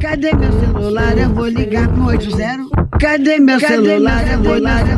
Cadê meu celular? Eu vou ligar pro 80. Cadê meu celular? Eu vou ligar.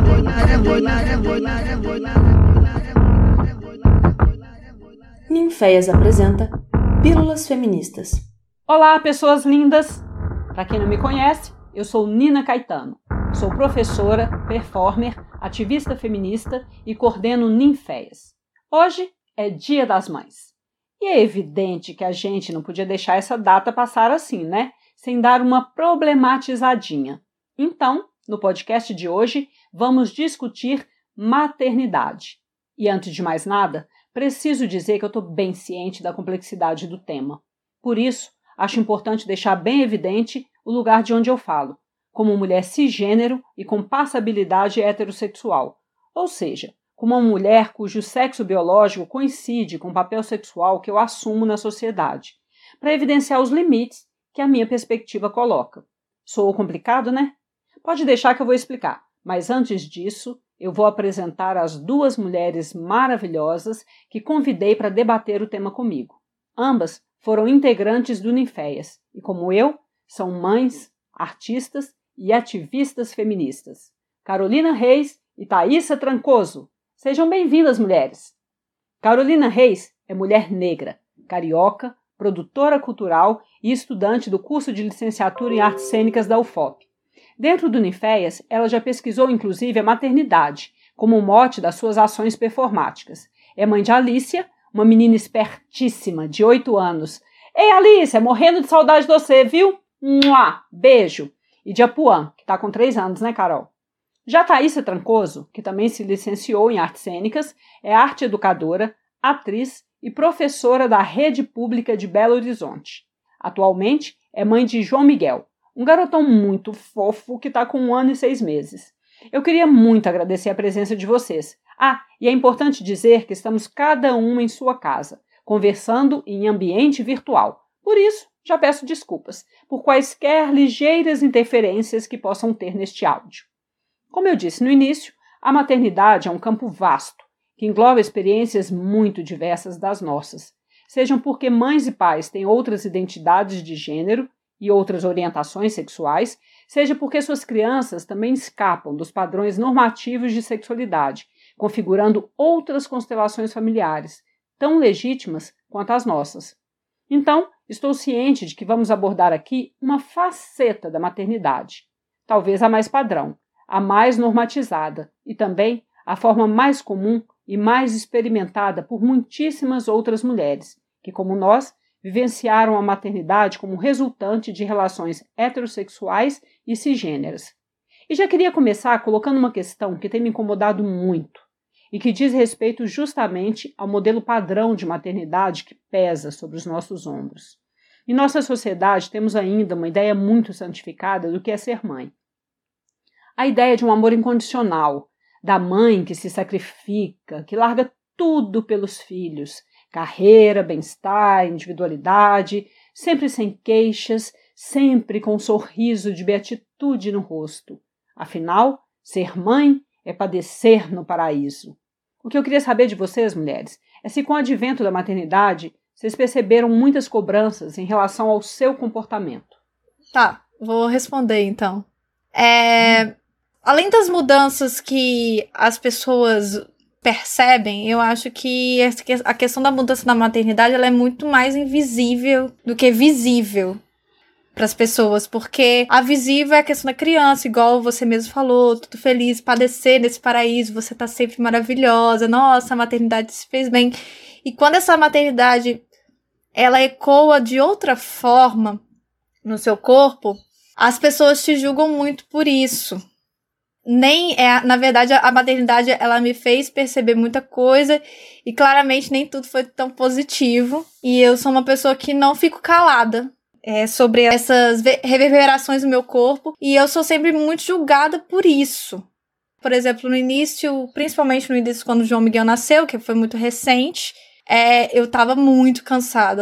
Ninféias apresenta Pílulas Feministas. Olá, pessoas lindas! Para quem não me conhece, eu sou Nina Caetano. Sou professora, performer, ativista feminista e coordeno Ninféias. Hoje é Dia das Mães. E é evidente que a gente não podia deixar essa data passar assim, né? Sem dar uma problematizadinha. Então, no podcast de hoje, vamos discutir maternidade. E antes de mais nada, preciso dizer que eu estou bem ciente da complexidade do tema. Por isso, acho importante deixar bem evidente o lugar de onde eu falo, como mulher cisgênero e com passabilidade heterossexual, ou seja, como uma mulher cujo sexo biológico coincide com o papel sexual que eu assumo na sociedade, para evidenciar os limites que a minha perspectiva coloca. Soou complicado, né? Pode deixar que eu vou explicar, mas antes disso, eu vou apresentar as duas mulheres maravilhosas que convidei para debater o tema comigo. Ambas foram integrantes do Ninféias e, como eu, são mães, artistas e ativistas feministas. Carolina Reis e Thaísa Trancoso. Sejam bem-vindas, mulheres! Carolina Reis é mulher negra, carioca, produtora cultural e estudante do curso de licenciatura em artes cênicas da UFOP. Dentro do Ninféias, ela já pesquisou inclusive a maternidade, como mote das suas ações performáticas. É mãe de Alícia, uma menina espertíssima, de 8 anos. Ei, Alícia, morrendo de saudade de você, viu? Mua! Beijo! E de Apuã, que está com 3 anos, né, Carol? Já Thaísa Trancoso, que também se licenciou em artes cênicas, é arte educadora, atriz e professora da Rede Pública de Belo Horizonte. Atualmente é mãe de João Miguel, um garotão muito fofo que está com 1 ano e 6 meses. Eu queria muito agradecer a presença de vocês. E é importante dizer que estamos cada uma em sua casa, conversando em ambiente virtual. Por isso, já peço desculpas por quaisquer ligeiras interferências que possam ter neste áudio. Como eu disse no início, a maternidade é um campo vasto, que engloba experiências muito diversas das nossas, sejam porque mães e pais têm outras identidades de gênero e outras orientações sexuais, seja porque suas crianças também escapam dos padrões normativos de sexualidade, configurando outras constelações familiares, tão legítimas quanto as nossas. Então, estou ciente de que vamos abordar aqui uma faceta da maternidade, talvez a mais padrão, a mais normatizada e também a forma mais comum e mais experimentada por muitíssimas outras mulheres, que, como nós, vivenciaram a maternidade como resultante de relações heterossexuais e cisgêneras. E já queria começar colocando uma questão que tem me incomodado muito e que diz respeito justamente ao modelo padrão de maternidade que pesa sobre os nossos ombros. Em nossa sociedade temos ainda uma ideia muito santificada do que é ser mãe. A ideia de um amor incondicional, da mãe que se sacrifica, que larga tudo pelos filhos, carreira, bem-estar, individualidade, sempre sem queixas, sempre com um sorriso de beatitude no rosto. Afinal, ser mãe é padecer no paraíso. O que eu queria saber de vocês, mulheres, é se com o advento da maternidade, vocês perceberam muitas cobranças em relação ao seu comportamento. Tá, vou responder então. Além das mudanças que as pessoas percebem, eu acho que a questão da mudança na maternidade ela é muito mais invisível do que visível para as pessoas, porque a visível é a questão da criança, igual você mesmo falou, tudo feliz, padecer nesse paraíso, você tá sempre maravilhosa, nossa, a maternidade se fez bem. E quando essa maternidade ela ecoa de outra forma no seu corpo, as pessoas te julgam muito por isso. Na verdade, a maternidade, ela me fez perceber muita coisa e claramente nem tudo foi tão positivo. E eu sou uma pessoa que não fico calada sobre essas reverberações no meu corpo e eu sou sempre muito julgada por isso. Por exemplo, no início, principalmente no início quando o João Miguel nasceu, que foi muito recente, eu tava muito cansada.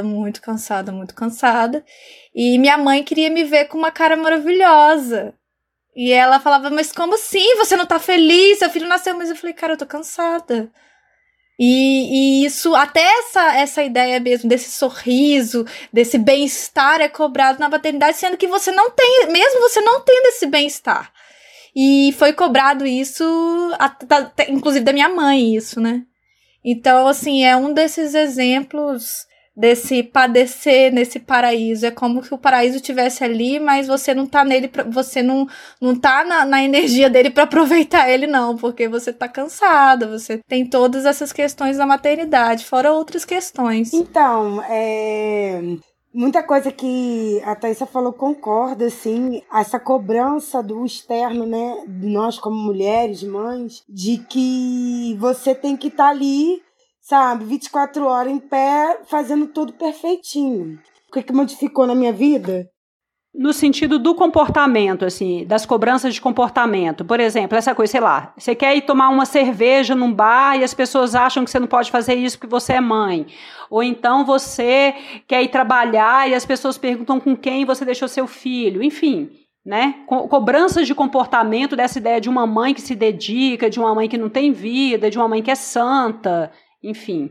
E minha mãe queria me ver com uma cara maravilhosa. E ela falava, mas como assim? Você não tá feliz? Seu filho nasceu. Mas eu falei, cara, eu tô cansada. E isso, até essa ideia mesmo desse sorriso, desse bem-estar é cobrado na maternidade, sendo que você não tem, mesmo você não tendo esse bem-estar. E foi cobrado isso, inclusive da minha mãe, isso, né? Então, assim, é um desses exemplos desse padecer nesse paraíso. É como se o paraíso estivesse ali, mas você não tá nele, você não tá na energia dele para aproveitar ele, não, porque você tá cansada, você tem todas essas questões da maternidade, fora outras questões. Então, muita coisa que a Thaisa falou concorda, assim, essa cobrança do externo, né, nós como mulheres, mães, de que você tem que estar ali, sabe, 24 horas em pé, fazendo tudo perfeitinho. O que modificou na minha vida? No sentido do comportamento, assim, das cobranças de comportamento. Por exemplo, essa coisa, sei lá, você quer ir tomar uma cerveja num bar e as pessoas acham que você não pode fazer isso porque você é mãe. Ou então você quer ir trabalhar e as pessoas perguntam com quem você deixou seu filho. Enfim, né? Cobranças de comportamento, dessa ideia de uma mãe que se dedica, de uma mãe que não tem vida, de uma mãe que é santa, enfim.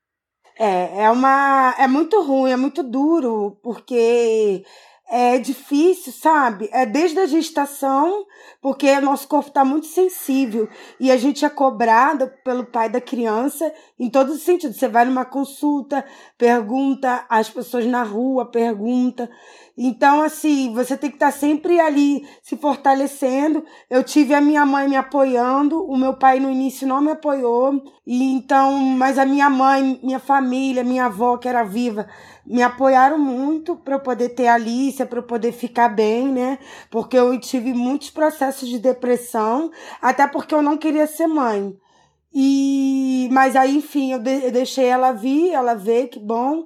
É muito ruim, é muito duro, porque é difícil, sabe? É desde a gestação, porque nosso corpo está muito sensível e a gente é cobrado pelo pai da criança em todos os sentidos. Você vai numa consulta, pergunta, as pessoas na rua perguntam. Então, assim, você tem que estar sempre ali se fortalecendo. Eu tive a minha mãe me apoiando, o meu pai no início não me apoiou, e então, mas a minha mãe, minha família, minha avó que era viva, me apoiaram muito para eu poder ter a Alicia, para eu poder ficar bem, né? Porque eu tive muitos processos de depressão, até porque eu não queria ser mãe. Mas aí, enfim, eu deixei ela vir, ela veio, que bom.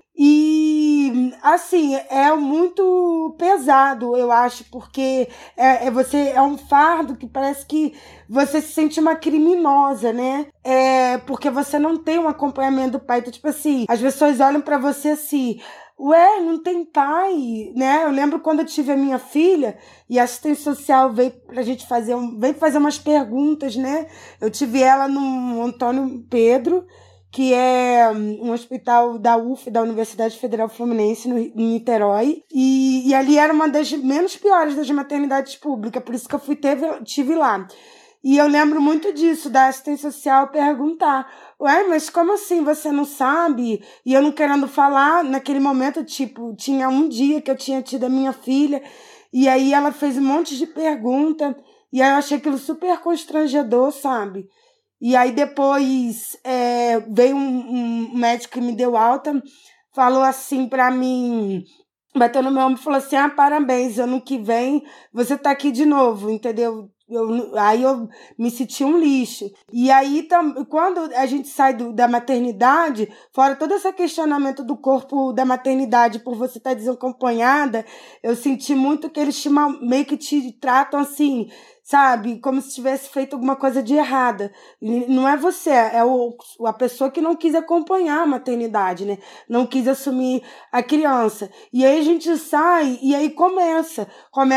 E, assim, é muito pesado, eu acho, porque você é um fardo que parece que você se sente uma criminosa, né? Porque você não tem um acompanhamento do pai. Então, tipo assim, as pessoas olham pra você assim... Ué, não tem pai, né? Eu lembro quando eu tive a minha filha e a assistente social veio pra gente fazer umas perguntas, né? Eu tive ela no Antônio Pedro, que é um hospital da UF, da Universidade Federal Fluminense, em Niterói. E ali era uma das menos piores das maternidades públicas, por isso que eu tive lá. E eu lembro muito disso, da assistente social perguntar: ué, mas como assim você não sabe? E eu não querendo falar, naquele momento, tipo, tinha um dia que eu tinha tido a minha filha, e aí ela fez um monte de pergunta, e aí eu achei aquilo super constrangedor, sabe? E aí depois veio um médico que me deu alta, falou assim pra mim, bateu no meu ombro e falou assim: parabéns, ano que vem você tá aqui de novo, entendeu? Aí eu me senti um lixo. E aí, quando a gente sai da maternidade, fora todo esse questionamento do corpo da maternidade por você estar desacompanhada, eu senti muito que eles meio que te tratam assim, sabe? Como se tivesse feito alguma coisa de errada. E não é você, é a pessoa que não quis acompanhar a maternidade, né? Não quis assumir a criança. E aí a gente sai, e aí começa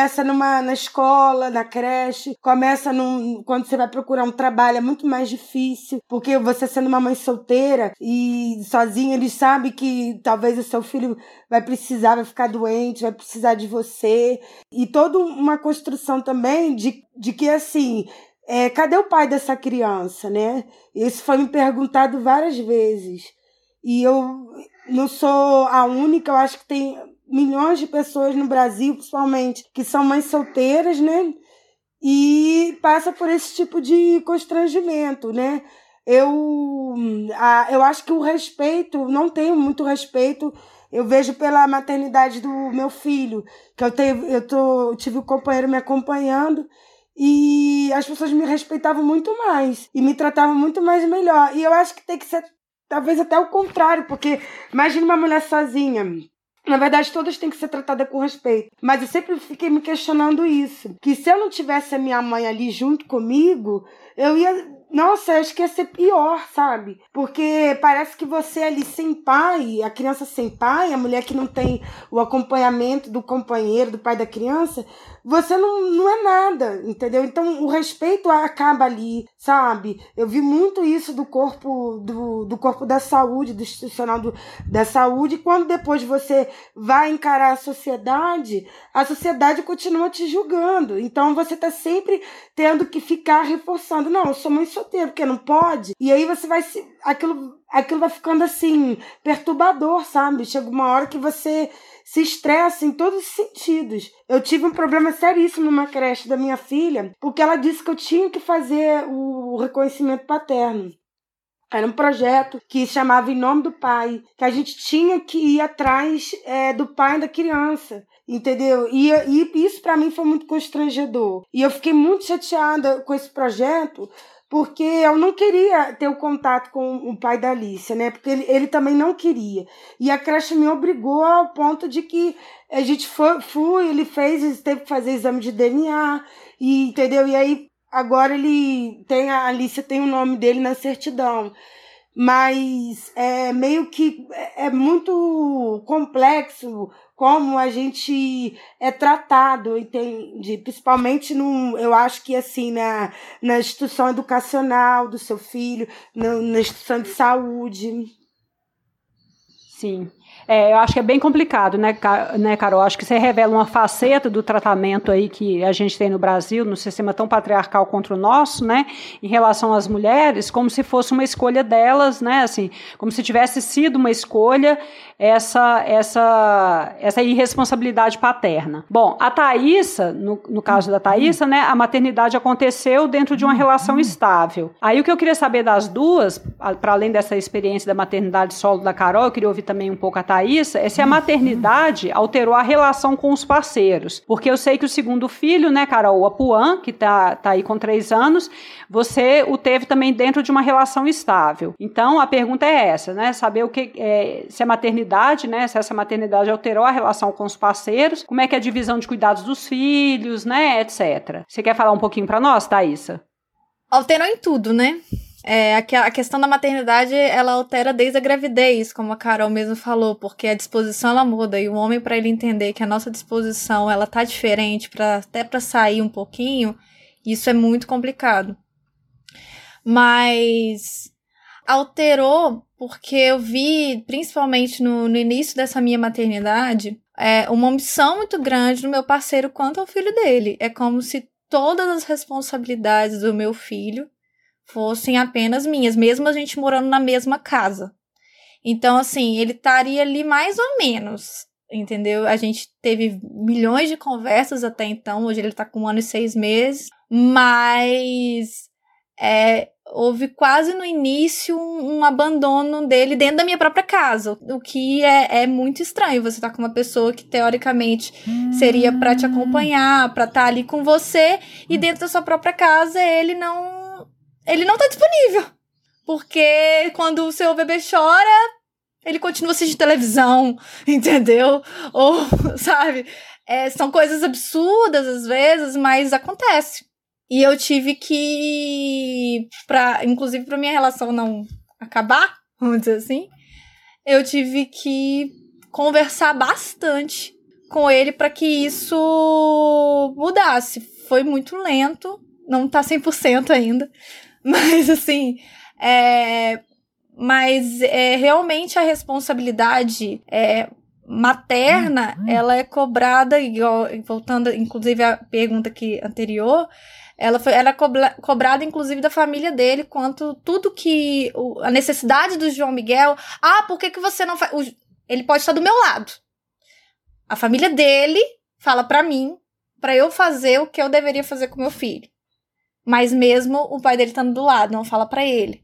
na escola, na creche, começa quando você vai procurar um trabalho, é muito mais difícil, porque você sendo uma mãe solteira e sozinha, eles sabem que talvez o seu filho vai ficar doente, vai precisar de você. E toda uma construção também de que, assim, cadê o pai dessa criança, né? Isso foi me perguntado várias vezes. E eu não sou a única, eu acho que tem milhões de pessoas no Brasil, principalmente, que são mães solteiras, né? E passa por esse tipo de constrangimento, né? Eu acho que o respeito, não tenho muito respeito, eu vejo pela maternidade do meu filho, que eu tive um companheiro me acompanhando, e as pessoas me respeitavam muito mais, e me tratavam muito mais melhor. E eu acho que tem que ser, talvez até o contrário, porque imagina uma mulher sozinha. Na verdade, todas têm que ser tratadas com respeito. Mas eu sempre fiquei me questionando isso. Que se eu não tivesse a minha mãe ali junto comigo, eu ia Nossa, acho que ia ser pior, sabe? Porque parece que você ali sem pai, a criança sem pai, a mulher que não tem o acompanhamento do companheiro, do pai da criança, você não é nada, entendeu? Então o respeito acaba ali, sabe? Eu vi muito isso do corpo da saúde, do institucional da saúde, e quando depois você vai encarar a sociedade continua te julgando. Então você tá sempre tendo que ficar reforçando. Não, eu sou mãe solteira, porque não pode. E aí você vai aquilo vai ficando assim, perturbador, sabe? Chega uma hora que você se estressa em todos os sentidos. Eu tive um problema seríssimo numa creche da minha filha, porque ela disse que eu tinha que fazer o reconhecimento paterno. Era um projeto que chamava Em Nome do Pai, que a gente tinha que ir atrás do pai da criança, entendeu? E isso para mim foi muito constrangedor. E eu fiquei muito chateada com esse projeto, porque eu não queria ter o contato com o pai da Alicia, né? Porque ele também não queria. E a creche me obrigou ao ponto de que a gente ele teve que fazer exame de DNA, entendeu? E aí agora a Alicia tem o nome dele na certidão. Mas meio que é muito complexo como a gente é tratado, entende? Principalmente eu acho que assim, na instituição educacional do seu filho, na instituição de saúde. Sim. Eu acho que é bem complicado, né, Carol? Acho que você revela uma faceta do tratamento aí que a gente tem no Brasil, no sistema tão patriarcal contra o nosso, né, em relação às mulheres, como se fosse uma escolha delas, né, assim, como se tivesse sido uma escolha essa irresponsabilidade paterna. Bom, a Thaísa, no caso da Thaísa, né, a maternidade aconteceu dentro de uma relação estável. Aí o que eu queria saber das duas, para além dessa experiência da maternidade solo da Carol, eu queria ouvir também um pouco a Thaísa, se a maternidade alterou a relação com os parceiros. Porque eu sei que o segundo filho, né, Carol, o Apuan, que tá aí com 3 anos, você o teve também dentro de uma relação estável. Então, a pergunta é essa, né, saber se a maternidade, né, se essa maternidade alterou a relação com os parceiros, como é que é a divisão de cuidados dos filhos, né, etc. Você quer falar um pouquinho para nós, Thaísa? Alterou em tudo, né? A questão da maternidade, ela altera desde a gravidez, como a Carol mesmo falou, porque a disposição, ela muda, e o homem, para ele entender que a nossa disposição, ela tá diferente, até para sair um pouquinho, isso é muito complicado. Mas alterou porque eu vi, principalmente no início dessa minha maternidade, uma ambição muito grande no meu parceiro quanto ao filho dele. É como se todas as responsabilidades do meu filho fossem apenas minhas, mesmo a gente morando na mesma casa. Então, assim, ele estaria ali mais ou menos, entendeu? A gente teve milhões de conversas até então, hoje ele tá com 1 ano e 6 meses, mas houve quase no início um abandono dele dentro da minha própria casa, o que é muito estranho. Você tá com uma pessoa que teoricamente seria para te acompanhar, para estar ali com você, e dentro da sua própria casa ele não tá disponível. Porque quando o seu bebê chora, ele continua assistindo televisão, entendeu? Ou, sabe? São coisas absurdas às vezes, mas acontece. E eu tive que, inclusive pra minha relação não acabar, vamos dizer assim, eu tive que conversar bastante com ele para que isso mudasse. Foi muito lento, não tá 100% ainda, mas assim, realmente a responsabilidade materna, ela é cobrada, igual, voltando inclusive à pergunta anterior, ela era cobrada, inclusive, da família dele, quanto tudo que... a necessidade do João Miguel... por que você não faz... Ele pode estar do meu lado. A família dele fala pra mim, pra eu fazer o que eu deveria fazer com meu filho. Mas mesmo o pai dele estando do lado, não fala pra ele.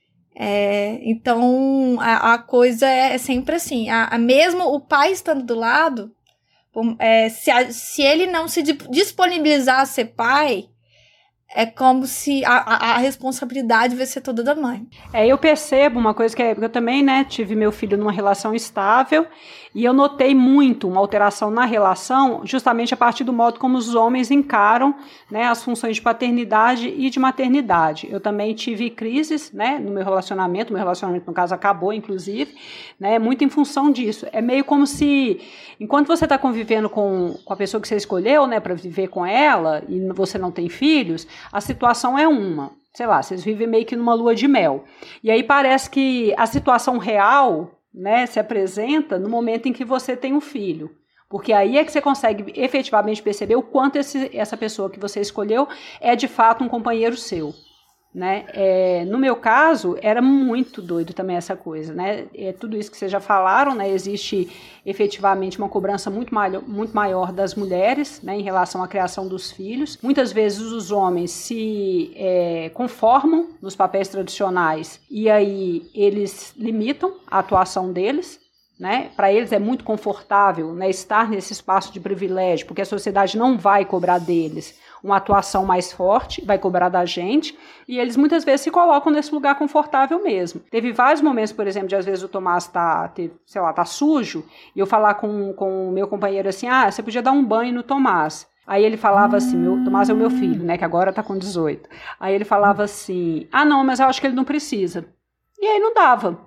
Então, a coisa é sempre assim. Mesmo o pai estando do lado, se ele não se disponibilizar a ser pai... É como se a responsabilidade vai ser toda da mãe. Eu percebo uma coisa porque eu também, né, tive meu filho numa relação estável E eu notei muito uma alteração na relação, justamente a partir do modo como os homens encaram, né, as funções de paternidade e de maternidade. Eu também tive crises, né, no meu relacionamento no caso acabou, inclusive, né, muito em função disso. É meio como se, enquanto você está convivendo com a pessoa que você escolheu, né, para viver com ela, e você não tem filhos, a situação é uma. Sei lá, vocês vivem meio que numa lua de mel. E aí parece que a situação real, né, se apresenta no momento em que você tem um filho. Porque aí é que você consegue efetivamente perceber o quanto essa pessoa que você escolheu é de fato um companheiro seu. Né? No meu caso, era muito doido também essa coisa, né? Tudo isso que vocês já falaram, né? Existe efetivamente uma cobrança muito maior das mulheres, né, em relação à criação dos filhos. Muitas vezes os homens se conformam nos papéis tradicionais e aí eles limitam a atuação deles. Né? Para eles é muito confortável, né, estar nesse espaço de privilégio, porque a sociedade não vai cobrar deles uma atuação mais forte, vai cobrar da gente, e eles muitas vezes se colocam nesse lugar confortável mesmo. Teve vários momentos, por exemplo, de às vezes o Tomás tá sujo, e eu falar com o meu companheiro assim, você podia dar um banho no Tomás. Aí ele falava assim, Tomás é o meu filho, né, que agora tá com 18. Aí ele falava assim, não, mas eu acho que ele não precisa. E aí não dava.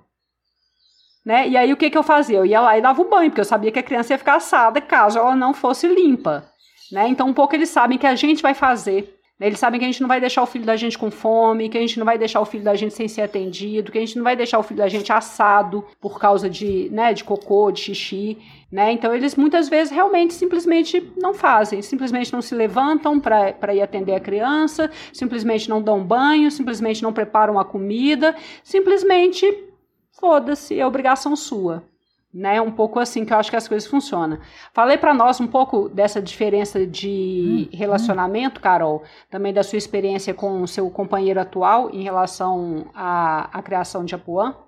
Né? E aí o que eu fazia? Eu ia lá e dava o banho, porque eu sabia que a criança ia ficar assada caso ela não fosse limpa. Né? Então um pouco eles sabem que a gente vai fazer. Né? Eles sabem que a gente não vai deixar o filho da gente com fome, que a gente não vai deixar o filho da gente sem ser atendido, que a gente não vai deixar o filho da gente assado por causa de cocô, de xixi. Né? Então eles muitas vezes realmente simplesmente não fazem, simplesmente não se levantam para ir atender a criança, simplesmente não dão banho, simplesmente não preparam a comida, simplesmente... foda-se, é obrigação sua, né? Um pouco assim que eu acho que as coisas funcionam. Falei para nós um pouco dessa diferença de relacionamento, Carol, também da sua experiência com o seu companheiro atual em relação à criação de Apuã.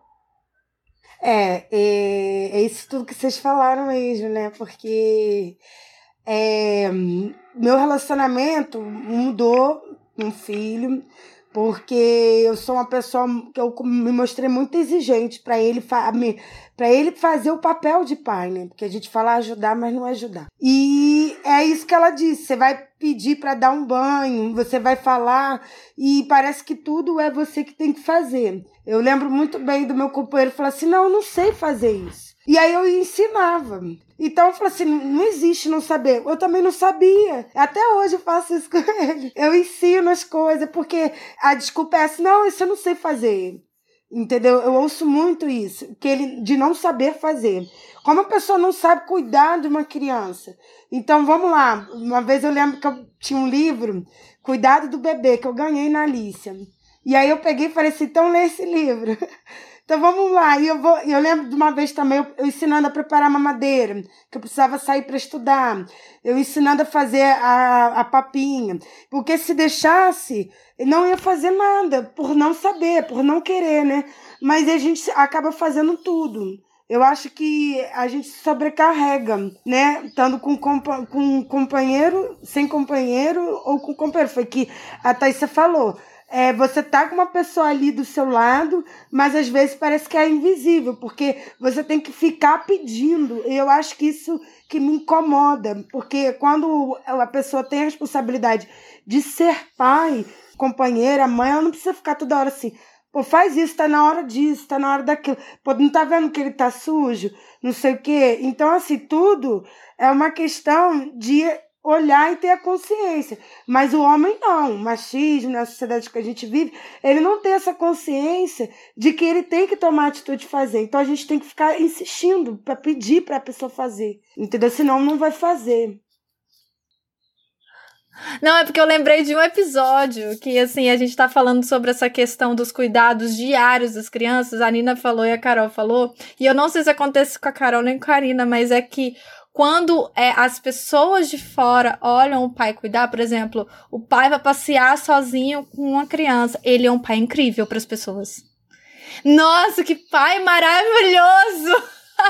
É isso tudo que vocês falaram mesmo, né? Porque meu relacionamento mudou com um filho. Porque eu sou uma pessoa que eu me mostrei muito exigente para ele fazer o papel de pai, né? Porque a gente fala ajudar, mas não ajudar. E é isso que ela disse, você vai pedir para dar um banho, você vai falar e parece que tudo é você que tem que fazer. Eu lembro muito bem do meu companheiro falar assim, não, eu não sei fazer isso. E aí eu ensinava. Então eu falei assim, não existe não saber. Eu também não sabia. Até hoje eu faço isso com ele. Eu ensino as coisas, porque a desculpa é assim, não, isso eu não sei fazer. Entendeu? Eu ouço muito isso, de não saber fazer. Como a pessoa não sabe cuidar de uma criança. Então vamos lá. Uma vez eu lembro que eu tinha um livro, Cuidado do Bebê, que eu ganhei na Alicia. E aí eu peguei e falei assim, então lê esse livro. Então vamos lá, eu lembro de uma vez também eu ensinando a preparar mamadeira, que eu precisava sair para estudar, eu ensinando a fazer a papinha, porque se deixasse, não ia fazer nada, por não saber, por não querer, né? Mas a gente acaba fazendo tudo. Eu acho que a gente sobrecarrega, né? Estando com companheiro, sem companheiro ou com companheiro. Foi que a Thaísa falou. Você tá com uma pessoa ali do seu lado, mas às vezes parece que é invisível, porque você tem que ficar pedindo. E eu acho que isso que me incomoda, porque quando a pessoa tem a responsabilidade de ser pai, companheira, mãe, ela não precisa ficar toda hora assim, pô, faz isso, tá na hora disso, tá na hora daquilo. Pô, não tá vendo que ele tá sujo? Não sei o quê. Então, assim, tudo é uma questão de olhar e ter a consciência. Mas o homem não. O machismo, na sociedade que a gente vive, ele não tem essa consciência de que ele tem que tomar atitude de fazer. Então a gente tem que ficar insistindo para pedir para a pessoa fazer. Entendeu? Senão não vai fazer. Não, é porque eu lembrei de um episódio que, assim, a gente tá falando sobre essa questão dos cuidados diários das crianças, a Nina falou e a Carol falou, e eu não sei se acontece com a Carol nem com a Karina, mas é que quando as pessoas de fora olham o pai cuidar, por exemplo, o pai vai passear sozinho com uma criança, ele é um pai incrível para as pessoas. Nossa, que pai maravilhoso!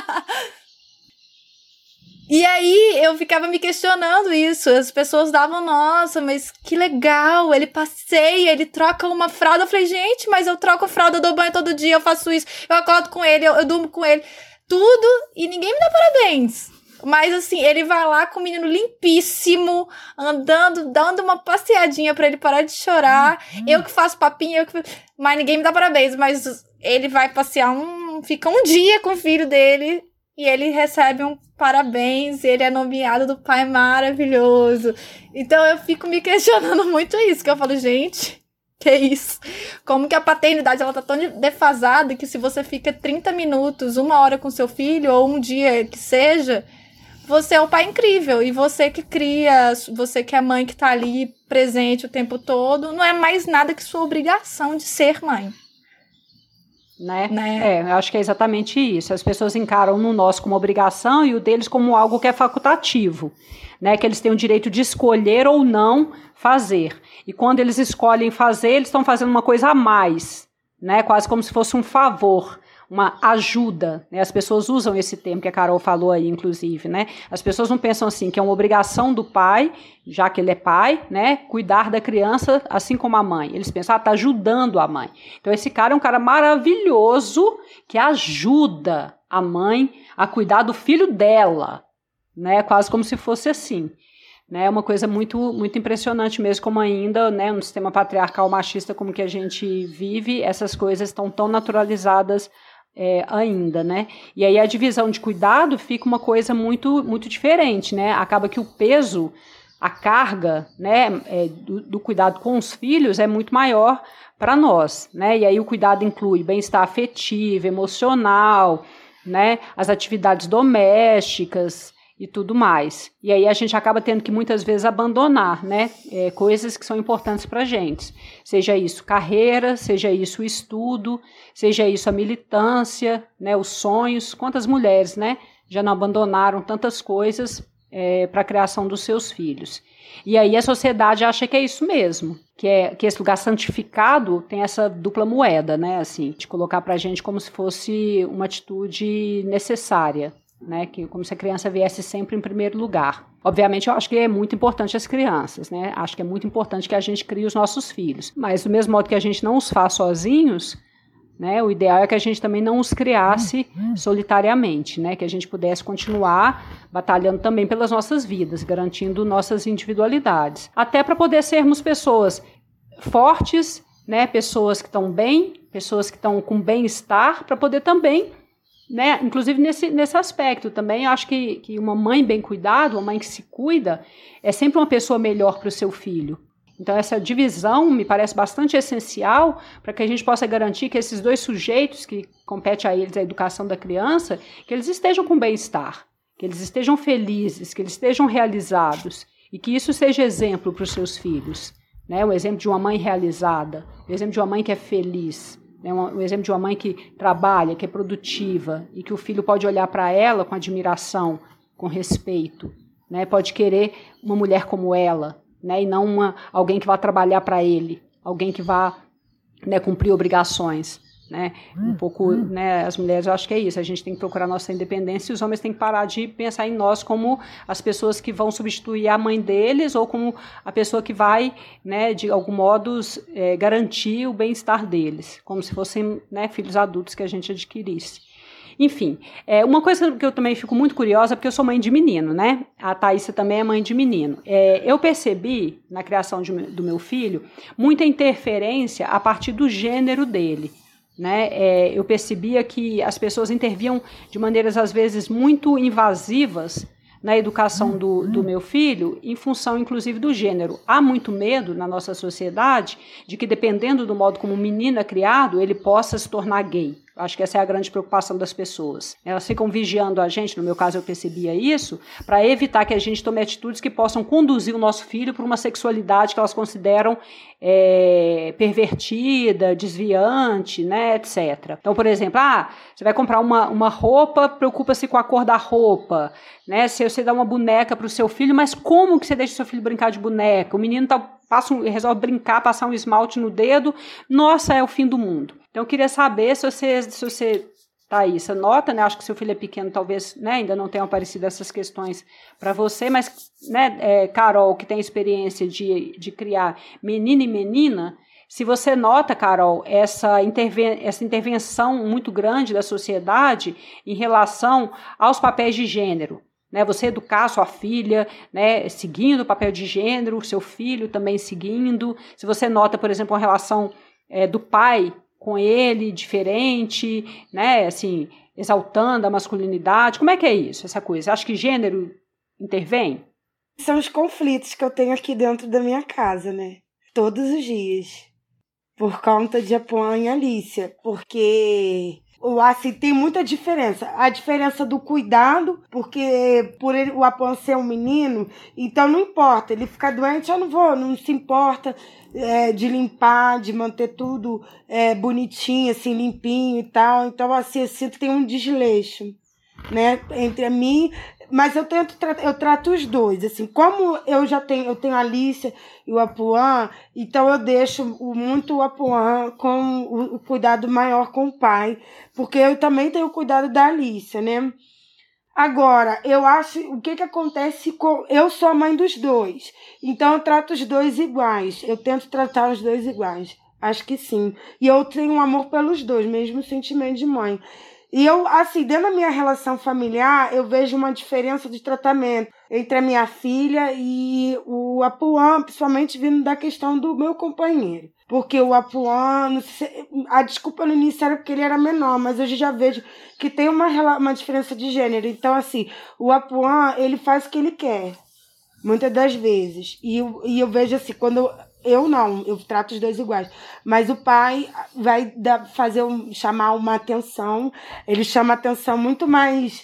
E aí, eu ficava me questionando isso. As pessoas davam, nossa, mas que legal, ele passeia, ele troca uma fralda. Eu falei, gente, mas eu troco a fralda, eu dou banho todo dia, eu faço isso, eu acordo com ele, eu durmo com ele. tudo e ninguém me dá parabéns. Mas assim, ele vai lá com o menino limpíssimo, andando, dando uma passeadinha pra ele parar de chorar. Eu que faço papinho, mas ninguém me dá parabéns. Mas ele vai passear fica um dia com o filho dele e ele recebe um parabéns. Ele é nomeado do pai maravilhoso. Então eu fico me questionando muito isso, que eu falo, gente, que isso? Como que a paternidade ela tá tão defasada que se você fica 30 minutos, 1 hora com seu filho, ou um dia que seja, você é um pai incrível. E você que cria, você que é a mãe que tá ali presente o tempo todo, não é mais nada que sua obrigação de ser mãe. Né? Eu acho que é exatamente isso. As pessoas encaram o nosso como obrigação e o deles como algo que é facultativo, né? Que eles têm o direito de escolher ou não fazer. E quando eles escolhem fazer, eles estão fazendo uma coisa a mais, né? Quase como se fosse um favor, uma ajuda, né? As pessoas usam esse termo que a Carol falou aí, inclusive, né? As pessoas não pensam assim, que é uma obrigação do pai, já que ele é pai, né? Cuidar da criança assim como a mãe. Eles pensam, tá ajudando a mãe. Então esse cara é um cara maravilhoso que ajuda a mãe a cuidar do filho dela, né? Quase como se fosse assim. Né, é uma coisa muito, muito impressionante mesmo, como ainda, né, no sistema patriarcal machista como que a gente vive, essas coisas estão tão naturalizadas ainda, né? E aí a divisão de cuidado fica uma coisa muito, muito diferente, né? Acaba que o peso, a carga, né, do cuidado com os filhos é muito maior para nós, né? E aí o cuidado inclui bem-estar afetivo, emocional, né, as atividades domésticas e tudo mais. E aí a gente acaba tendo que muitas vezes abandonar, né, coisas que são importantes para a gente. Seja isso carreira, seja isso o estudo, seja isso a militância, né, os sonhos. Quantas mulheres, né, já não abandonaram tantas coisas para a criação dos seus filhos. E aí a sociedade acha que é isso mesmo, que esse lugar santificado tem essa dupla moeda, né, assim, de colocar para a gente como se fosse uma atitude necessária. Né, que como se a criança viesse sempre em primeiro lugar. Obviamente eu acho que é muito importante as crianças, né? Acho que é muito importante que a gente crie os nossos filhos, mas do mesmo modo que a gente não os faz sozinhos, né, o ideal é que a gente também não os criasse solitariamente, né, que a gente pudesse continuar batalhando também pelas nossas vidas, garantindo nossas individualidades, até para poder sermos pessoas fortes, né, pessoas que estão bem, pessoas que estão com bem-estar, para poder também, né, inclusive nesse aspecto também, eu acho que uma mãe bem cuidada, uma mãe que se cuida, é sempre uma pessoa melhor para o seu filho. Então essa divisão me parece bastante essencial para que a gente possa garantir que esses dois sujeitos que compete a eles a educação da criança, que eles estejam com bem-estar, que eles estejam felizes, que eles estejam realizados e que isso seja exemplo para os seus filhos, né? O exemplo de uma mãe realizada, o exemplo de uma mãe que é feliz, o exemplo de uma mãe que trabalha, que é produtiva e que o filho pode olhar para ela com admiração, com respeito, né? Pode querer uma mulher como ela, né? E não alguém que vá trabalhar para ele, alguém que vá, né, cumprir obrigações. Né? Um pouco, né, as mulheres, eu acho que é isso, a gente tem que procurar nossa independência e os homens têm que parar de pensar em nós como as pessoas que vão substituir a mãe deles ou como a pessoa que vai, né, de algum modo garantir o bem-estar deles, como se fossem, né, filhos adultos que a gente adquirisse. Enfim, uma coisa que eu também fico muito curiosa, porque eu sou mãe de menino, né? A Thaísa também é mãe de menino. Eu percebi, na criação do meu filho, muita interferência a partir do gênero dele. Né? Eu percebia que as pessoas interviam de maneiras, às vezes, muito invasivas na educação do meu filho, em função, inclusive, do gênero. Há muito medo na nossa sociedade de que, dependendo do modo como o menino é criado, ele possa se tornar gay. Acho que essa é a grande preocupação das pessoas. Elas ficam vigiando a gente, no meu caso eu percebia isso, para evitar que a gente tome atitudes que possam conduzir o nosso filho para uma sexualidade que elas consideram pervertida, desviante, né, etc. Então, por exemplo, você vai comprar uma roupa, preocupa-se com a cor da roupa, né? Se você dá uma boneca para o seu filho, mas como que você deixa o seu filho brincar de boneca? O menino resolve brincar, passar um esmalte no dedo, nossa, é o fim do mundo. Então, eu queria saber se você tá aí, você nota, né? Acho que seu filho é pequeno, talvez, né, ainda não tenham aparecido essas questões para você, mas, né, Carol, que tem experiência de criar menino e menina, se você nota, Carol, essa intervenção muito grande da sociedade em relação aos papéis de gênero. Né, você educar sua filha, né, seguindo o papel de gênero, o seu filho também seguindo. Se você nota, por exemplo, uma relação do pai com ele diferente, né, assim, exaltando a masculinidade. Como é que é isso, essa coisa? Você acha que gênero intervém? São os conflitos que eu tenho aqui dentro da minha casa, né? Todos os dias. Por conta de Apuã e Alícia. Porque... assim, tem muita diferença. A diferença do cuidado, porque por o Apuã ser um menino, então não importa, ele ficar doente, eu não se importa de limpar, de manter tudo bonitinho, assim, limpinho e tal. Então, assim, eu sinto que tem um desleixo, né, entre mim. Mas eu trato os dois, assim, como eu tenho a Alícia e o Apuã, então eu deixo muito o Apuã com o cuidado maior com o pai, porque eu também tenho o cuidado da Alícia, né? Agora, eu acho, o que acontece eu sou a mãe dos dois, então eu trato os dois iguais, eu tento tratar os dois iguais, acho que sim, e eu tenho um amor pelos dois, mesmo sentimento de mãe. E eu, assim, dentro da minha relação familiar, eu vejo uma diferença de tratamento entre a minha filha e o Apuã, principalmente vindo da questão do meu companheiro. Porque o Apuã, a desculpa no início era porque ele era menor, mas hoje já vejo que tem uma diferença de gênero. Então, assim, o Apuã, ele faz o que ele quer, muitas das vezes. E eu vejo assim, quando... eu trato os dois iguais. Mas o pai vai chamar uma atenção, ele chama atenção muito mais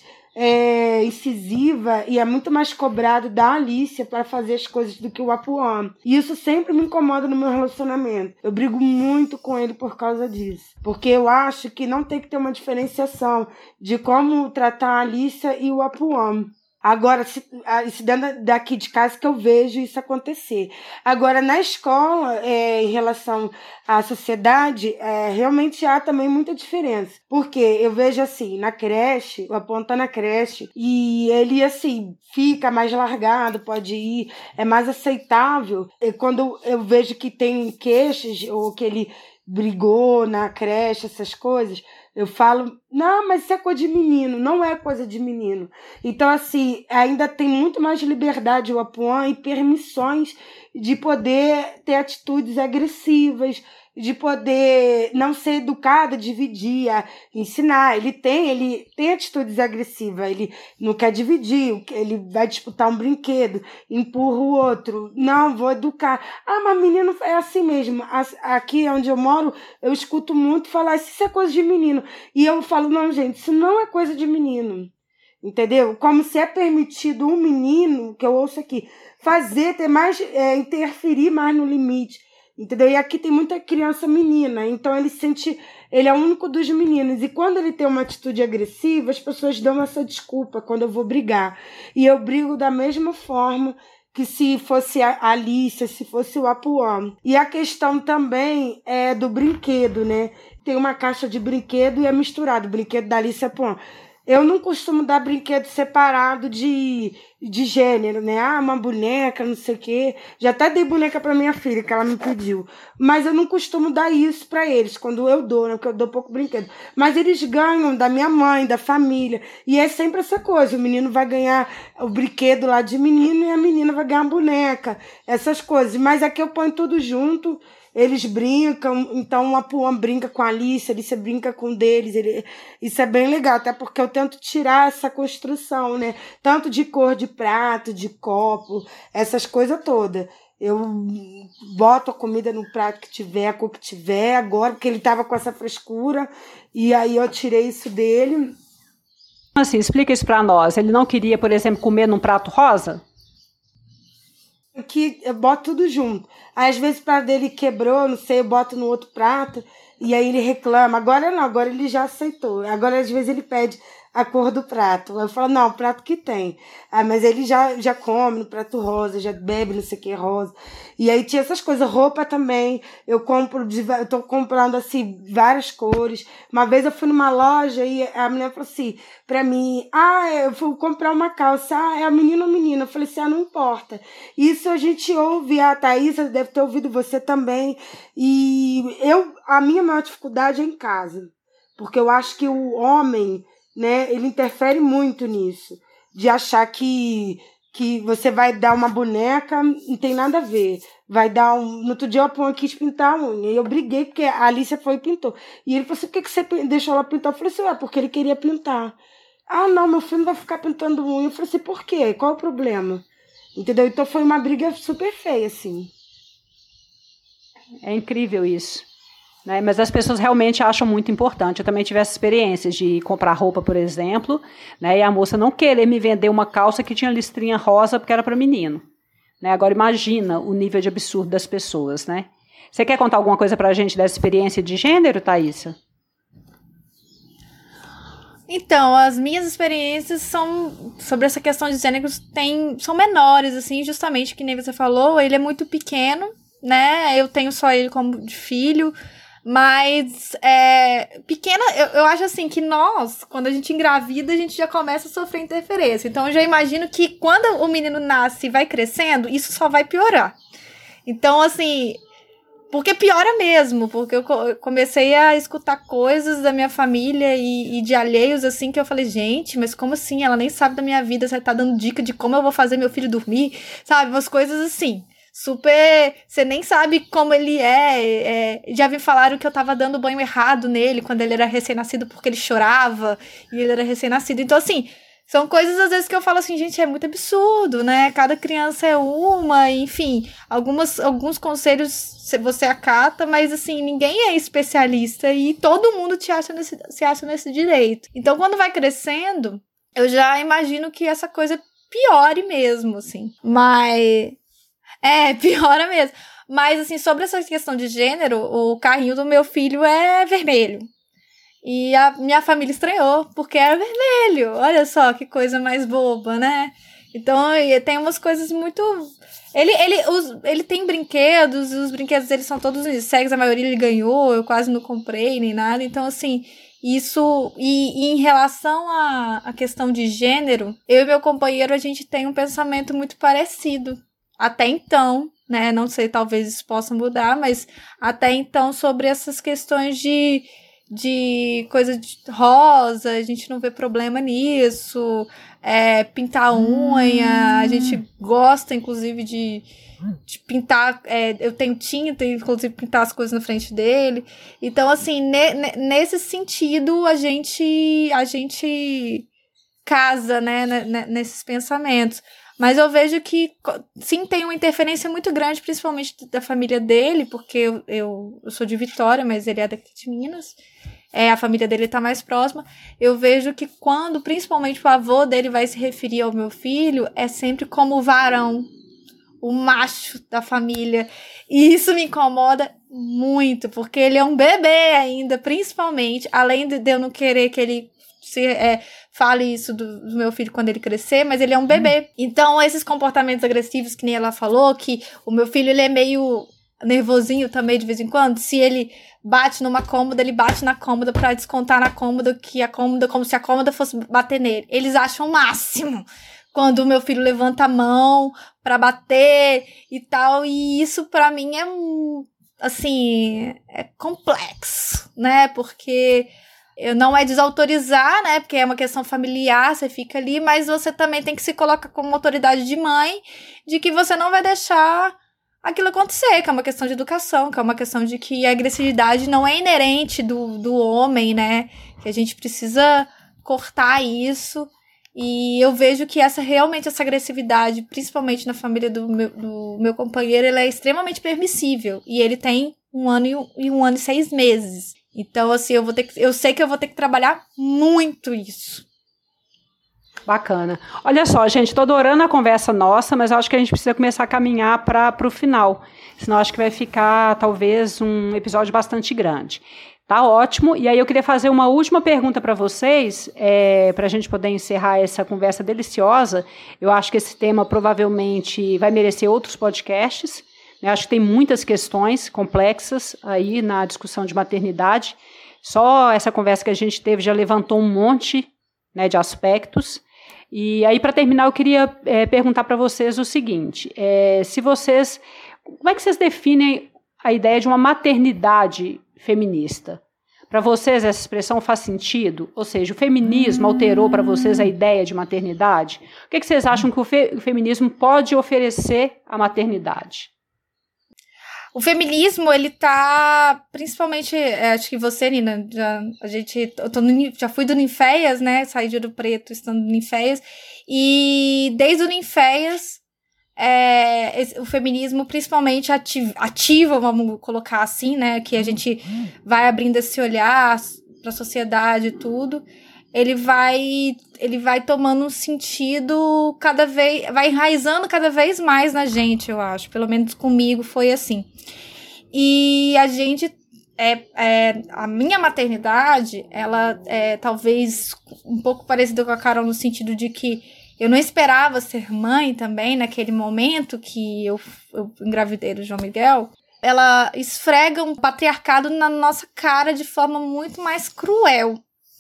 incisiva e é muito mais cobrado da Alícia para fazer as coisas do que o Apuã. E isso sempre me incomoda no meu relacionamento. Eu brigo muito com ele por causa disso. Porque eu acho que não tem que ter uma diferenciação de como tratar a Alícia e o Apuã. Agora, se dentro daqui de casa que eu vejo isso acontecer. Agora, na escola, em relação à sociedade, realmente há também muita diferença. Porque eu vejo assim, na creche, o Apuã tá na creche, e ele, assim, fica mais largado, pode ir, é mais aceitável. E quando eu vejo que tem queixas, ou que ele brigou na creche, essas coisas... eu falo, não, mas isso é coisa de menino, não é coisa de menino. Então, assim, ainda tem muito mais liberdade o Apuã e permissões de poder ter atitudes agressivas, de poder não ser educado, dividir, ensinar. Ele tem atitudes agressivas, ele não quer dividir, ele vai disputar um brinquedo, empurra o outro. Não, vou educar. Ah, mas menino é assim mesmo. Aqui onde eu moro, eu escuto muito falar, isso é coisa de menino. E eu falo, não, gente, isso não é coisa de menino. Entendeu? Como se é permitido um menino, que eu ouço aqui, ter mais, interferir mais no limite. Entendeu? E aqui tem muita criança menina, então ele é o único dos meninos, e quando ele tem uma atitude agressiva, as pessoas dão essa desculpa quando eu vou brigar, e eu brigo da mesma forma que se fosse a Alícia, se fosse o Apuã. E a questão também é do brinquedo, né? Tem uma caixa de brinquedo e é misturado, brinquedo da Alícia e Apuã. Eu não costumo dar brinquedo separado de gênero, né? Ah, uma boneca, não sei o quê. Já até dei boneca para minha filha, que ela me pediu. Mas eu não costumo dar isso para eles, quando eu dou, né? Porque eu dou pouco brinquedo. Mas eles ganham da minha mãe, da família. E é sempre essa coisa. O menino vai ganhar o brinquedo lá de menino e a menina vai ganhar a boneca. Essas coisas. Mas aqui eu ponho tudo junto. Eles brincam, então o Apuã brinca com a Alícia brinca com o deles. Isso é bem legal, até porque eu tento tirar essa construção, né? Tanto de cor de prato, de copo, essas coisas todas. Eu boto a comida no prato que tiver, a cor que tiver, agora, porque ele tava com essa frescura, e aí eu tirei isso dele. Assim, explica isso para nós. Ele não queria, por exemplo, comer num prato rosa? Que eu boto tudo junto. Aí, às vezes o prato dele quebrou, não sei, eu boto no outro prato, e aí ele reclama. Agora não, agora ele já aceitou. Agora, às vezes, ele pede, a cor do prato. Eu falo, não, prato que tem. Mas ele já come no prato rosa, já bebe não sei o que rosa. E aí tinha essas coisas, roupa também. Eu tô comprando assim várias cores. Uma vez eu fui numa loja e a menina falou assim pra mim, eu fui comprar uma calça, é a menina ou menina? Eu falei assim, não importa. Isso a gente ouve, a Thaísa deve ter ouvido, você também. E a minha maior dificuldade é em casa. Porque eu acho que o homem, né, ele interfere muito nisso. De achar que você vai dar uma boneca, não tem nada a ver. Vai dar no outro dia eu quis pintar a unha. E eu briguei, porque a Alicia foi e pintou. E ele falou assim, por que você deixou ela pintar? Eu falei assim, porque ele queria pintar. Não, meu filho não vai ficar pintando unha. Eu falei assim, por quê? Qual é o problema? Entendeu? Então foi uma briga super feia, assim. É incrível isso. Né? Mas as pessoas realmente acham muito importante. Eu também tive essa experiência de comprar roupa, por exemplo, né? E a moça não querer me vender uma calça que tinha listrinha rosa porque era para menino. Né? Agora imagina o nível de absurdo das pessoas. Né? Você quer contar alguma coisa para a gente dessa experiência de gênero, Thaísa? Então, as minhas experiências sobre essa questão de gênero são menores, assim, justamente que nem você falou, ele é muito pequeno, né? Eu tenho só ele como de filho. Mas, pequena, eu acho assim que nós, quando a gente engravida, a gente já começa a sofrer interferência. Então, eu já imagino que quando o menino nasce e vai crescendo, isso só vai piorar. Então, assim, porque piora mesmo, porque eu comecei a escutar coisas da minha família e de alheios, assim, que eu falei, gente, mas como assim? Ela nem sabe da minha vida, você tá dando dica de como eu vou fazer meu filho dormir, sabe? Umas coisas assim. Super, você nem sabe como ele já me falaram que eu tava dando banho errado nele quando ele era recém-nascido porque ele chorava e ele era recém-nascido, então assim, são coisas às vezes que eu falo assim, gente, é muito absurdo, né, cada criança é uma, enfim, alguns conselhos você acata, mas assim, ninguém é especialista e todo mundo se acha nesse direito, então quando vai crescendo, eu já imagino que essa coisa piore mesmo, assim, mas... piora mesmo. Mas, assim, sobre essa questão de gênero, o carrinho do meu filho é vermelho. E a minha família estranhou, porque era vermelho. Olha só que coisa mais boba, né? Então, tem umas coisas muito... Ele tem brinquedos, os brinquedos dele são todos unissex, a maioria ele ganhou, eu quase não comprei nem nada. Então, assim, isso... E em relação à questão de gênero, eu e meu companheiro, a gente tem um pensamento muito parecido. Até então, né, não sei, talvez isso possa mudar, mas até então sobre essas questões de coisa de rosa, a gente não vê problema nisso, pintar unha, a gente gosta, inclusive, de pintar, eu tenho tinta, inclusive, pintar as coisas na frente dele, então, assim, nesse sentido, a gente casa, né, nesses pensamentos. Mas eu vejo que, sim, tem uma interferência muito grande, principalmente da família dele, porque eu sou de Vitória, mas ele é daqui de Minas. A família dele tá mais próxima. Eu vejo que quando, principalmente, o avô dele vai se referir ao meu filho, é sempre como o varão, o macho da família. E isso me incomoda muito, porque ele é um bebê ainda, principalmente, além de eu não querer que ele fale isso do meu filho quando ele crescer, mas ele é um bebê. Então, esses comportamentos agressivos, que nem ela falou, que o meu filho, ele é meio nervosinho também de vez em quando, se ele bate numa cômoda, ele bate na cômoda pra descontar na cômoda, como se a cômoda fosse bater nele. Eles acham o máximo quando o meu filho levanta a mão pra bater e tal, e isso pra mim assim, é complexo, né, porque... não é desautorizar, né, porque é uma questão familiar, você fica ali, mas você também tem que se colocar como autoridade de mãe, de que você não vai deixar aquilo acontecer, que é uma questão de educação, que é uma questão de que a agressividade não é inerente do homem, né, que a gente precisa cortar isso, e eu vejo que realmente essa agressividade, principalmente na família do meu companheiro, ela é extremamente permissível, e ele tem 1 ano e 1 ano e 6 meses. Então, assim, eu sei que eu vou ter que trabalhar muito isso. Bacana. Olha só, gente, estou adorando a conversa nossa, mas eu acho que a gente precisa começar a caminhar para o final. Senão acho que vai ficar, talvez, um episódio bastante grande. Tá ótimo. E aí eu queria fazer uma última pergunta para vocês, para a gente poder encerrar essa conversa deliciosa. Eu acho que esse tema provavelmente vai merecer outros podcasts. Eu acho que tem muitas questões complexas aí na discussão de maternidade. Só essa conversa que a gente teve já levantou um monte, né, de aspectos. E aí, para terminar, eu queria perguntar para vocês o seguinte. Como é que vocês definem a ideia de uma maternidade feminista? Para vocês essa expressão faz sentido? Ou seja, o feminismo alterou para vocês a ideia de maternidade? O que vocês acham que o feminismo pode oferecer à maternidade? O feminismo, ele tá, principalmente, acho que você, Nina, já fui do Ninféias, né, saí de Ouro Preto estando no Ninféias, e desde o Ninféias, o feminismo principalmente ativa, vamos colocar assim, né, que a gente vai abrindo esse olhar para a sociedade e tudo, ele vai tomando um sentido vai enraizando cada vez mais na gente, eu acho, pelo menos comigo foi assim. E a gente, a minha maternidade, ela é talvez um pouco parecida com a Carol no sentido de que eu não esperava ser mãe também, naquele momento que eu engravidei do João Miguel. Ela esfrega um patriarcado na nossa cara de forma muito mais cruel,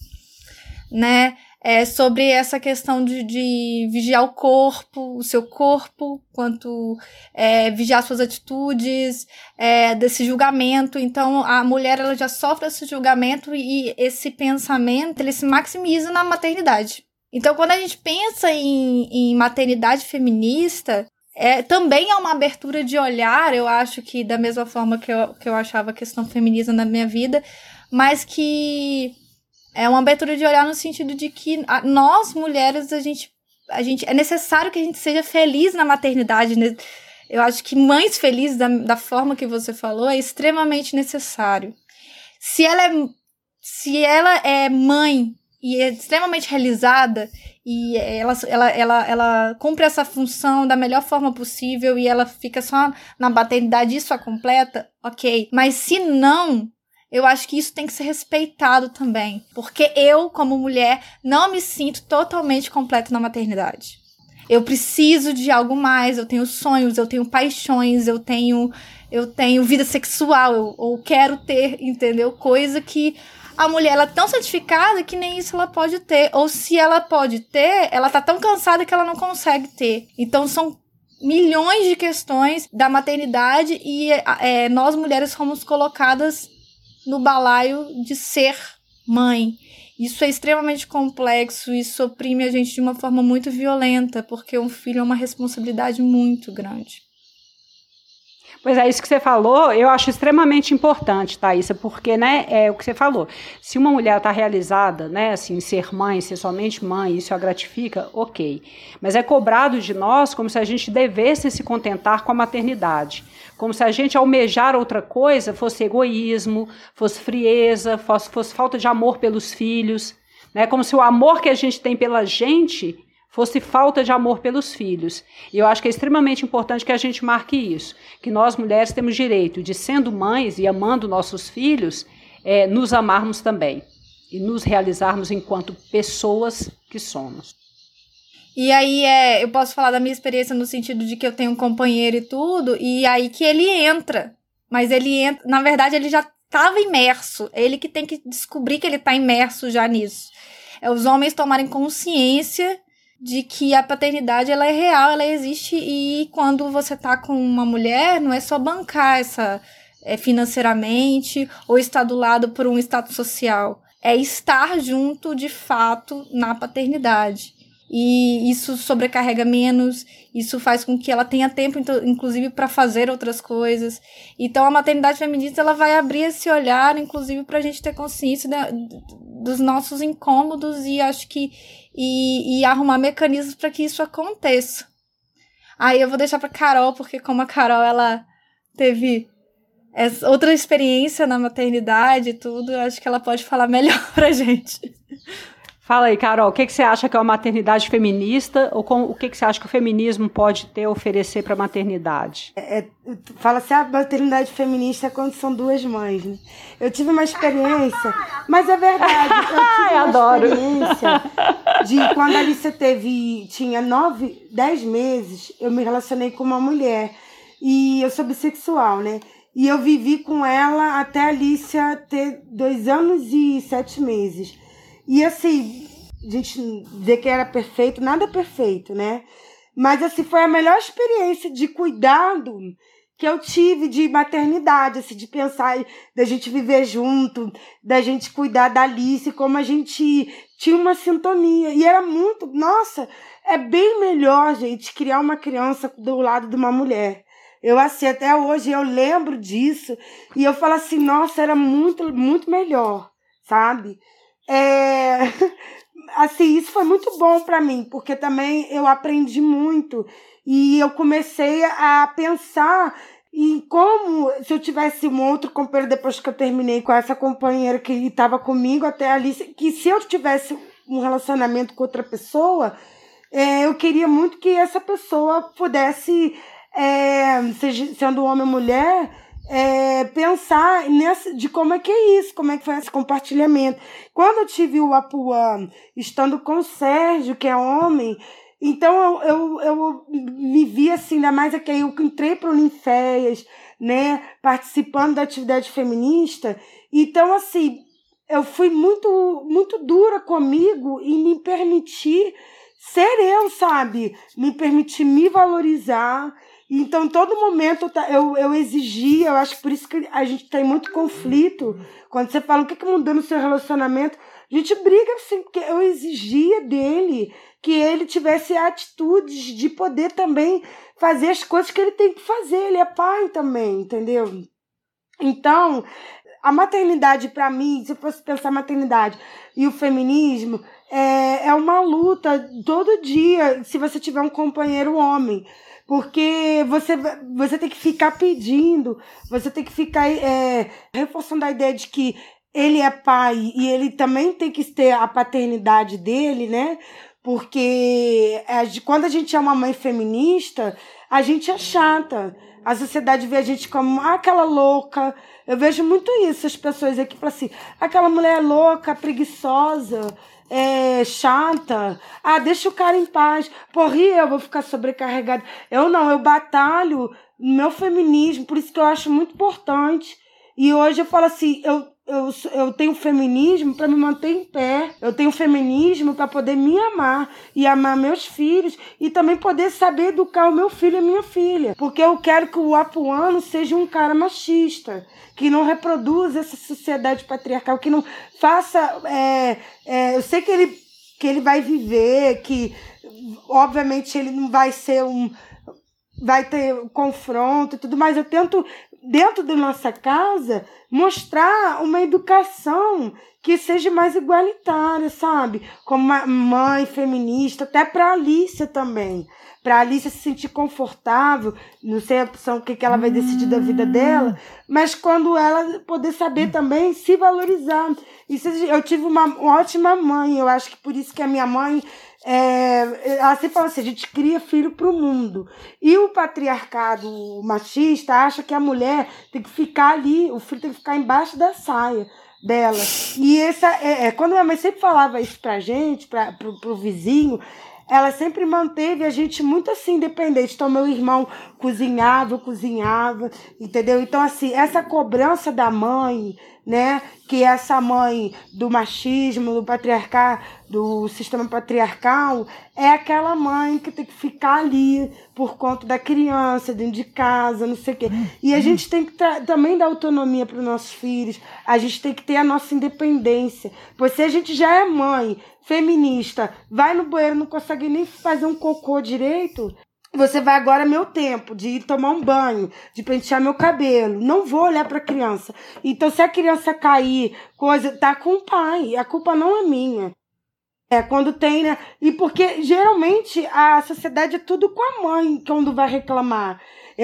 né? Sobre essa questão de vigiar o seu corpo, quanto vigiar suas atitudes, desse julgamento. Então, a mulher ela já sofre esse julgamento e esse pensamento ele se maximiza na maternidade. Então, quando a gente pensa em maternidade feminista, também é uma abertura de olhar, eu acho que da mesma forma que eu achava a questão feminista na minha vida, mas que é uma abertura de olhar no sentido de que nós, mulheres, a gente é necessário que a gente seja feliz na maternidade, né? Eu acho que mães felizes, da forma que você falou, é extremamente necessário. Se ela é mãe e é extremamente realizada, e ela cumpre essa função da melhor forma possível, e ela fica só na maternidade, isso a completa, ok. Mas se não, eu acho que isso tem que ser respeitado também. Porque eu, como mulher, não me sinto totalmente completa na maternidade. Eu preciso de algo mais, eu tenho sonhos, eu tenho paixões, eu tenho vida sexual, eu quero ter, entendeu? Coisa que a mulher, ela é tão certificada que nem isso ela pode ter. Ou se ela pode ter, ela tá tão cansada que ela não consegue ter. Então são milhões de questões da maternidade e nós mulheres fomos colocadas no balaio de ser mãe. Isso é extremamente complexo, isso oprime a gente de uma forma muito violenta, porque um filho é uma responsabilidade muito grande. Pois é, isso que você falou, eu acho extremamente importante, Thaísa, porque, né, é o que você falou, se uma mulher está realizada, né, assim, ser mãe, ser somente mãe, isso a gratifica, ok, mas é cobrado de nós como se a gente devesse se contentar com a maternidade, como se a gente almejar outra coisa fosse egoísmo, fosse frieza, fosse falta de amor pelos filhos, né, como se o amor que a gente tem pela gente fosse falta de amor pelos filhos. E eu acho que é extremamente importante que a gente marque isso, que nós mulheres temos direito de, sendo mães e amando nossos filhos, nos amarmos também e nos realizarmos enquanto pessoas que somos. E aí eu posso falar da minha experiência no sentido de que eu tenho um companheiro e tudo, e aí que ele entra, mas ele entra, na verdade ele já estava imerso, é ele que tem que descobrir que ele está imerso já nisso. Os homens tomarem consciência de que a paternidade ela é real, ela existe, e quando você tá com uma mulher, não é só bancar essa financeiramente ou estar do lado por um status social, é estar junto de fato na paternidade. E isso sobrecarrega menos, isso faz com que ela tenha tempo, inclusive, para fazer outras coisas. Então, a maternidade feminista ela vai abrir esse olhar, inclusive, para a gente ter consciência dos nossos incômodos e acho que e arrumar mecanismos para que isso aconteça. Aí eu vou deixar para Carol, porque como a Carol ela teve outra experiência na maternidade e tudo, eu acho que ela pode falar melhor pra gente. Fala aí, Carol, o que você acha que é uma maternidade feminista ou o que você acha que o feminismo pode ter a oferecer para a maternidade? Fala assim, a maternidade feminista é quando são duas mães, né? Eu tive uma experiência, mas é verdade, eu tive uma experiência de quando a Alicia tinha 10 meses, eu me relacionei com uma mulher e eu sou bissexual, né? E eu vivi com ela até a Alicia ter 2 anos e 7 meses. E assim, a gente vê que era perfeito, nada é perfeito, né? Mas assim, foi a melhor experiência de cuidado que eu tive de maternidade, assim, de pensar, da gente viver junto, da gente cuidar da Alice, como a gente tinha uma sintonia. E era muito, nossa, é bem melhor, gente, criar uma criança do lado de uma mulher. Eu, assim, até hoje eu lembro disso e eu falo assim, nossa, era muito, muito melhor, sabe? Assim, isso foi muito bom para mim, porque também eu aprendi muito e eu comecei a pensar em como, se eu tivesse um outro companheiro depois que eu terminei com essa companheira que estava comigo até ali, que se eu tivesse um relacionamento com outra pessoa, eu queria muito que essa pessoa pudesse, sendo homem ou mulher, pensar de como é que é isso, como é que foi esse compartilhamento. Quando eu tive o Apuã estando com o Sérgio, que é homem, então eu me vi assim, ainda mais que eu entrei para o Ninféias, né, participando da atividade feminista, então assim, eu fui muito, muito dura comigo e me permitir ser eu, sabe? Me permitir me valorizar. Então, todo momento eu exigia, eu acho que por isso que a gente tem muito conflito. Quando você fala o que mudou no seu relacionamento, a gente briga assim, porque eu exigia dele que ele tivesse atitudes de poder também fazer as coisas que ele tem que fazer. Ele é pai também, entendeu? Então, a maternidade, para mim, se eu fosse pensar maternidade e o feminismo, é uma luta todo dia, se você tiver um companheiro homem. Porque você tem que ficar pedindo, você tem que ficar reforçando a ideia de que ele é pai e ele também tem que ter a paternidade dele, né? Porque quando a gente é uma mãe feminista, a gente é chata. A sociedade vê a gente como aquela louca. Eu vejo muito isso, as pessoas aqui falam assim, aquela mulher louca, preguiçosa, chata, deixa o cara em paz, porra, eu vou ficar sobrecarregada. Eu não, eu batalho no meu feminismo, por isso que eu acho muito importante. E hoje eu falo assim, eu tenho feminismo para me manter em pé, eu tenho feminismo para poder me amar e amar meus filhos e também poder saber educar o meu filho e a minha filha, porque eu quero que o apuano seja um cara machista, que não reproduza essa sociedade patriarcal, que não faça... eu sei que ele vai viver, que obviamente ele não vai ser vai ter um confronto e tudo, mas eu tento, dentro da nossa casa, mostrar uma educação que seja mais igualitária, sabe? Como uma mãe feminista, até para a Alicia também. Para a Alicia se sentir confortável, não sei a opção, o que ela vai decidir da vida dela, mas quando ela poder saber também se valorizar. Eu tive uma ótima mãe, eu acho que por isso que a minha mãe... ela sempre fala assim, a gente cria filho para o mundo. E o patriarcado machista acha que a mulher tem que ficar ali, o filho tem que ficar embaixo da saia dela. E quando minha mãe sempre falava isso pra gente, pro vizinho, ela sempre manteve a gente muito assim, independente. Então, meu irmão cozinhava, eu cozinhava, entendeu? Então, assim, essa cobrança da mãe, né? Que essa mãe do machismo, do patriarcado, do sistema patriarcal, é aquela mãe que tem que ficar ali por conta da criança, dentro de casa, não sei o quê. E a gente tem que também dar autonomia para os nossos filhos, a gente tem que ter a nossa independência. Pois se a gente já é mãe feminista, vai no banheiro, não consegue nem fazer um cocô direito, você vai agora meu tempo de ir tomar um banho, de pentear meu cabelo. Não vou olhar para a criança. Então, se a criança cair, tá com o pai. A culpa não é minha. Quando tem, né? E porque, geralmente, a sociedade é tudo com a mãe quando vai reclamar.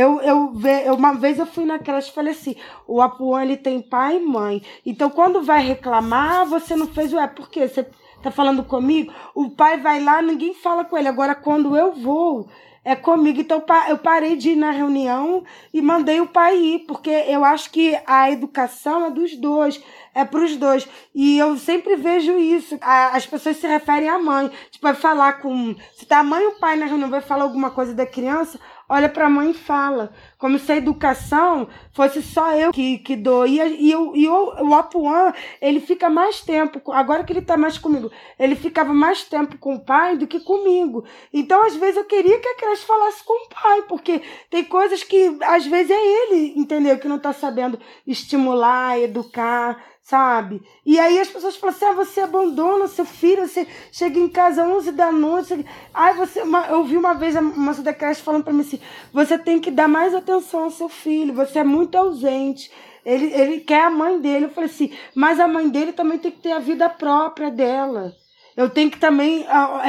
Uma vez eu fui na creche e falei assim, o Apuã, ele tem pai e mãe. Então, quando vai reclamar, você não fez... por quê? tá falando comigo, o pai vai lá, ninguém fala com ele. Agora, quando eu vou, é comigo. Então, eu parei de ir na reunião e mandei o pai ir, porque eu acho que a educação é dos dois, é pros dois. E eu sempre vejo isso. As pessoas se referem à mãe. Tipo, vai falar com... Se tá a mãe e o pai na reunião, vai falar alguma coisa da criança, olha para a mãe e fala. Como se a educação fosse só eu que dou. E o Apuã, ele fica mais tempo, agora que ele tá mais comigo, ele ficava mais tempo com o pai do que comigo. Então, às vezes, eu queria que a creche falasse com o pai, porque tem coisas que, às vezes, é ele, entendeu? Que não tá sabendo estimular, educar, sabe? E aí as pessoas falam assim, você abandona seu filho, você chega em casa às 11 da noite. Eu ouvi uma vez a moça da creche falando para mim assim, você tem que dar mais atenção ao seu filho, você é muito ausente. Ele quer a mãe dele. Eu falei assim, mas a mãe dele também tem que ter a vida própria dela. Eu tenho que também,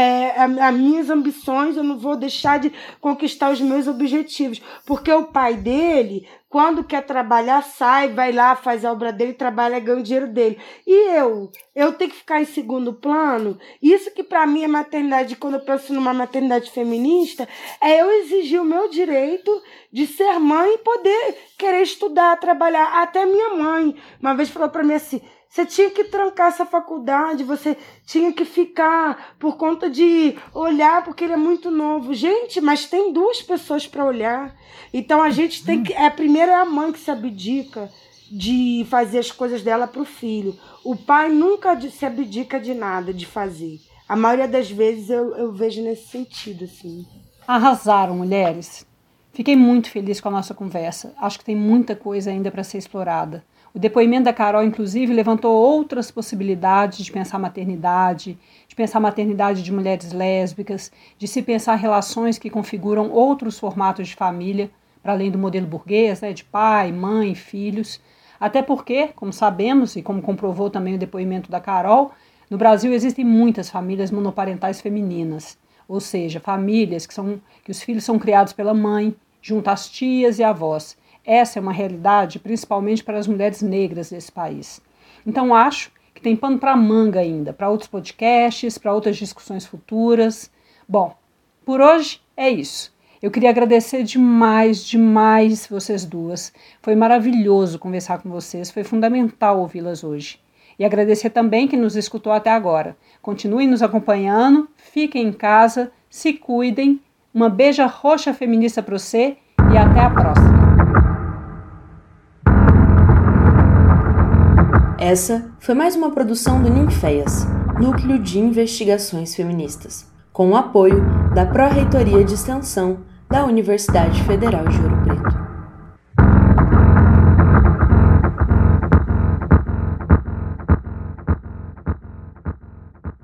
as minhas ambições, eu não vou deixar de conquistar os meus objetivos. Porque o pai dele, quando quer trabalhar, sai, vai lá, faz a obra dele, trabalha, ganha o dinheiro dele. E eu tenho que ficar em segundo plano. Isso que para mim é maternidade, quando eu penso numa maternidade feminista, é eu exigir o meu direito de ser mãe e poder querer estudar, trabalhar. Até minha mãe uma vez falou para mim assim, você tinha que trancar essa faculdade, você tinha que ficar por conta de olhar, porque ele é muito novo. Gente, mas tem 2 pessoas para olhar. Então a gente tem que... Primeiro é a mãe que se abdica de fazer as coisas dela para o filho. O pai nunca se abdica de nada de fazer. A maioria das vezes eu vejo nesse sentido, assim. Arrasaram, mulheres. Fiquei muito feliz com a nossa conversa. Acho que tem muita coisa ainda para ser explorada. O depoimento da Carol, inclusive, levantou outras possibilidades de pensar maternidade de mulheres lésbicas, de se pensar relações que configuram outros formatos de família, para além do modelo burguês, né, de pai, mãe, filhos. Até porque, como sabemos, e como comprovou também o depoimento da Carol, no Brasil existem muitas famílias monoparentais femininas, ou seja, famílias que os filhos são criados pela mãe, junto às tias e avós. Essa é uma realidade, principalmente para as mulheres negras desse país. Então, acho que tem pano para manga ainda, para outros podcasts, para outras discussões futuras. Bom, por hoje é isso. Eu queria agradecer demais vocês duas. Foi maravilhoso conversar com vocês, foi fundamental ouvi-las hoje. E agradecer também quem nos escutou até agora. Continuem nos acompanhando, fiquem em casa, se cuidem. Uma beija roxa feminista para você e até a próxima. Essa foi mais uma produção do Ninféias, Núcleo de Investigações Feministas, com o apoio da Pró-Reitoria de Extensão da Universidade Federal de Ouro Preto.